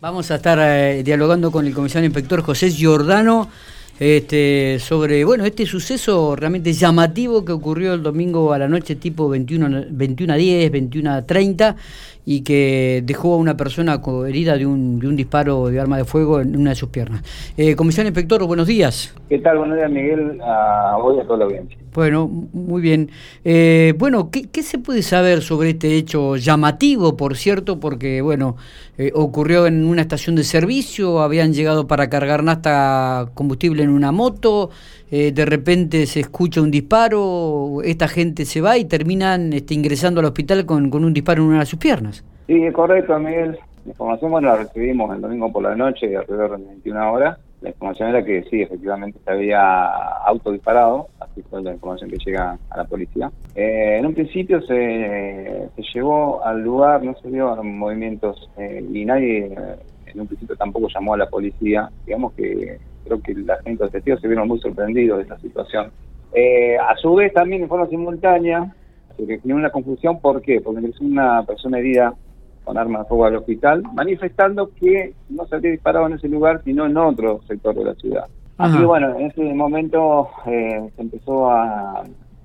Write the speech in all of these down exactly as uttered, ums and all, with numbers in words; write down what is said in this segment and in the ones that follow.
Vamos a estar eh, dialogando con el comisario inspector José Giordano este, sobre bueno este suceso realmente llamativo que ocurrió el domingo a la noche tipo veintiuno a diez, veintiuno a treinta y que dejó a una persona herida de un, de un disparo de arma de fuego en una de sus piernas. Eh, comisario inspector, buenos días. ¿Qué tal? Buenos días, Miguel. A hoy a toda la audiencia. Bueno, muy bien. Eh, bueno, ¿qué, ¿qué se puede saber sobre este hecho llamativo, por cierto? Porque, bueno, eh, ocurrió en una estación de servicio, habían llegado para cargar nafta combustible en una moto, eh, de repente se escucha un disparo, esta gente se va y terminan este, ingresando al hospital con, con un disparo en una de sus piernas. Sí, es correcto, Miguel. La información, bueno, la recibimos el domingo por la noche, alrededor de veintiuna horas. La información era que sí, efectivamente se había autodisparado, así fue la información que llega a la policía. Eh, en un principio se, se llevó al lugar, no se vieron movimientos eh, y nadie eh, en un principio tampoco llamó a la policía. Digamos que creo que la gente, los testigos se vieron muy sorprendidos de esta situación. Eh, a su vez también en forma simultánea se definió una confusión. ¿Por qué? Porque ingresó una persona herida con arma de fuego al hospital, manifestando que no se había disparado en ese lugar, sino en otro sector de la ciudad. Ajá. Así que bueno, en ese momento eh, se empezó a,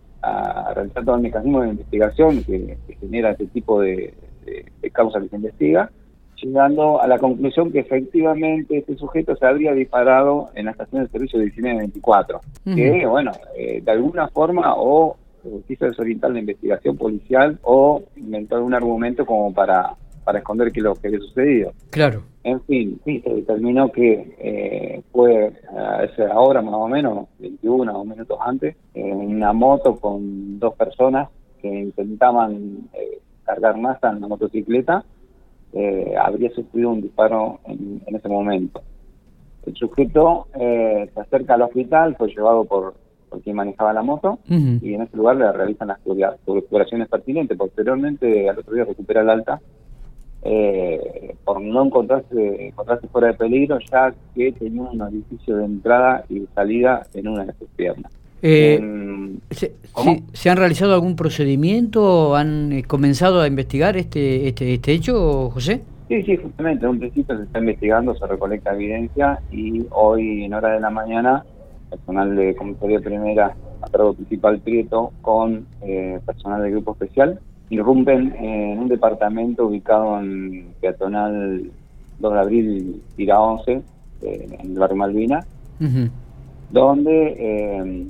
a realizar todo el mecanismo de investigación que, que genera este tipo de, de, de causa que se investiga, llegando a la conclusión que efectivamente este sujeto se habría disparado en la estación de servicio diecinueve veinticuatro, uh-huh. que bueno, eh, de alguna forma o quiso desorientar la investigación policial o inventó algún argumento como para para esconder qué es lo que había sucedido. Claro. En fin, sí, se determinó que eh, fue a esa hora más o menos, veintiuno o minutos antes, en una moto con dos personas que intentaban eh, cargar nafta en una motocicleta, eh, habría sufrido un disparo en, en ese momento. El sujeto eh, se acerca al hospital, fue llevado por, por quien manejaba la moto, uh-huh. y en ese lugar le realizan las exploraciones pertinentes. Posteriormente, al otro día recupera el alta, Eh, por no encontrarse, encontrarse fuera de peligro, ya que tenía un orificio de entrada y salida en una de sus piernas. Eh, eh, se, sí, ¿Se han realizado algún procedimiento? ¿Han eh, comenzado a investigar este, este, este hecho, José? Sí, sí, justamente, en un principio se está investigando, se recolecta evidencia y hoy en hora de la mañana, personal de comisaría primera a cargo principal Prieto con eh, personal del grupo especial irrumpen en un departamento ubicado en peatonal dos de abril, tira once, eh, en el barrio Malvina, uh-huh. donde eh,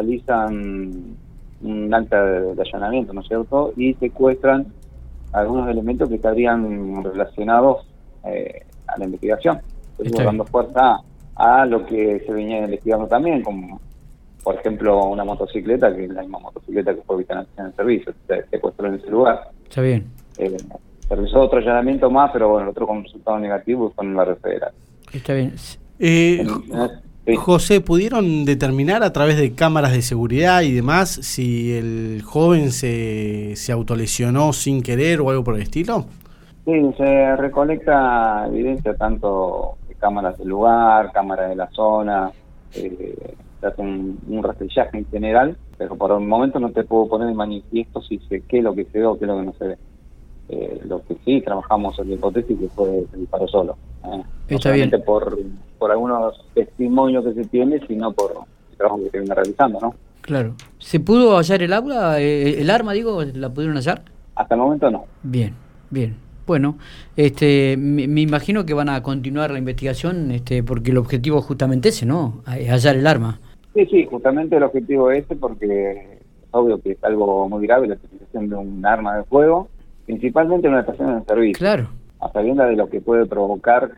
realizan un acta de, de allanamiento, ¿no es cierto?, y secuestran algunos elementos que estarían relacionados eh, a la investigación. Entonces, dando fuerza a lo que se venía investigando también, como por ejemplo, una motocicleta, que es la misma motocicleta que fue ubicada en el servicio, se secuestró en ese lugar. Está bien. Eh, se realizó otro allanamiento más, pero bueno, el otro con resultado negativo fue en el barrio Federal. Está bien. Eh, en, en, sí. José, ¿pudieron determinar a través de cámaras de seguridad y demás si el joven se, se autolesionó sin querer o algo por el estilo? Sí, se recolecta evidencia tanto de cámaras del lugar, cámaras de la zona, eh, se hace un, un rastrillaje en general, pero por el momento no te puedo poner en manifiesto si sé qué es lo que se ve o qué es lo que no se ve. Eh, lo que sí trabajamos en la hipótesis que fue el disparo solo. Eh. No solamente por, por algunos testimonios que se tiene, sino por el trabajo que se viene realizando, ¿no? Claro. ¿Se pudo hallar el aula, eh, el arma, digo, la pudieron hallar? Hasta el momento no. Bien, bien. Bueno, este, me, me imagino que van a continuar la investigación, este, porque el objetivo es justamente ese, ¿no? Hallar el arma. Sí, sí, justamente el objetivo es ese, porque es obvio que es algo muy grave la utilización de un arma de fuego, principalmente en una estación de servicio. Claro. A sabiendas de lo que puede provocar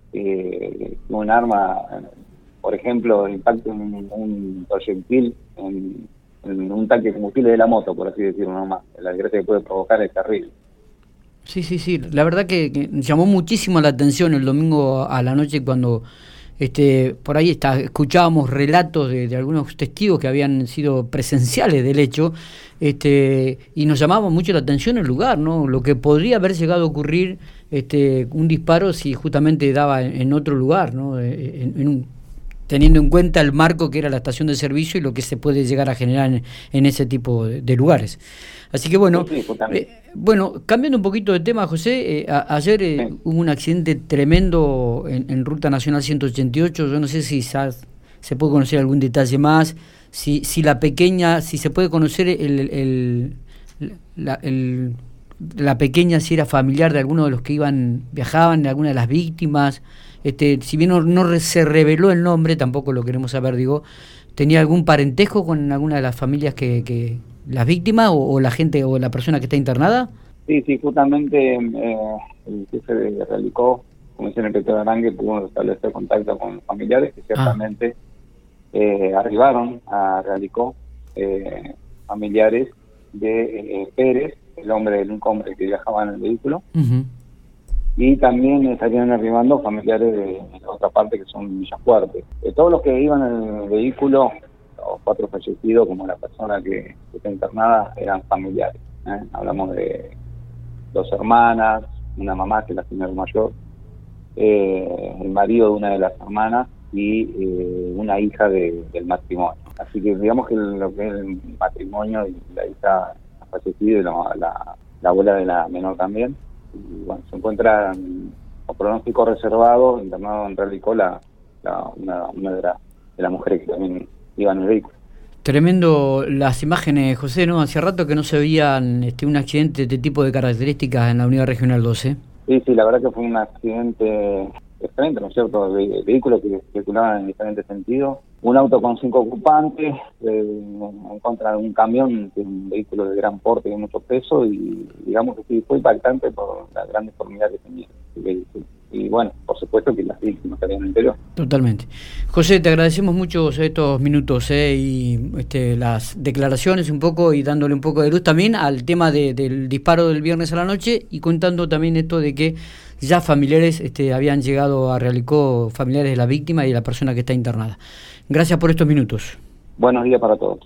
eh, un arma, por ejemplo, impacto en un, un proyectil en, en un tanque de combustible de la moto, por así decirlo nomás. La desgracia que puede provocar es terrible. Sí, sí, sí. La verdad que, que llamó muchísimo la atención el domingo a la noche cuando este por ahí está, escuchábamos relatos de, de algunos testigos que habían sido presenciales del hecho, este y nos llamaba mucho la atención el lugar, ¿no? Lo que podría haber llegado a ocurrir este un disparo si justamente daba en, en otro lugar, ¿no? En, en un teniendo en cuenta el marco que era la estación de servicio y lo que se puede llegar a generar en, en ese tipo de, de lugares. Así que bueno, sí, sí, eh, bueno, cambiando un poquito de tema, José, eh, a, ayer eh, sí. hubo un accidente tremendo en, en Ruta Nacional ciento ochenta y ocho, yo no sé si se, se puede conocer algún detalle más, si, si la pequeña, si se puede conocer el, el, la, el, la pequeña, si era familiar de alguno de los que iban, viajaban, de alguna de las víctimas. Este, si bien no, no se reveló el nombre, tampoco lo queremos saber, digo, ¿tenía algún parentesco con alguna de las familias que, que las víctimas o, o la gente o la persona que está internada? Sí, sí, justamente eh, el jefe de Realicó, Comisión Inspectora Arangue, pudo establecer contacto con familiares que ciertamente ah. eh, arribaron a Realicó, eh, familiares de eh, Pérez, el hombre, el único hombre que viajaba en el vehículo. Uh-huh. Y también estarían arribando familiares de la otra parte que son Villafuerte. De todos los que iban en el vehículo, los cuatro fallecidos, como la persona que, que está internada, eran familiares. ¿eh? Hablamos de dos hermanas, una mamá que es la señora mayor, eh, el marido de una de las hermanas y eh, una hija de, del matrimonio. Así que digamos que lo que es el matrimonio y la hija ha fallecido y la, la, la abuela de la menor también. Y bueno, se encuentra con pronóstico reservado, internado en Realicó, la, la, una, una de, la, de las mujeres que también iban en el vehículo. Tremendo las imágenes, José, ¿no? Hacía rato que no se veían este, un accidente de este tipo de características en la Unidad Regional doce. Sí, sí, la verdad que fue un accidente excelente, ¿no es cierto? Ve- vehículos que circulaban en diferentes sentidos. Un auto con cinco ocupantes, eh, en contra de un camión, que es un vehículo de gran porte y de mucho peso, y digamos que sí, fue impactante por la gran deformidad que tenía el vehículo. Y bueno, por supuesto que las víctimas que había en el interior. Totalmente. José, te agradecemos mucho estos minutos eh, y este, las declaraciones un poco y dándole un poco de luz también al tema de, del disparo del viernes a la noche y contando también esto de que ya familiares este, habían llegado a Realicó, familiares de la víctima y de la persona que está internada. Gracias por estos minutos. Buenos días para todos.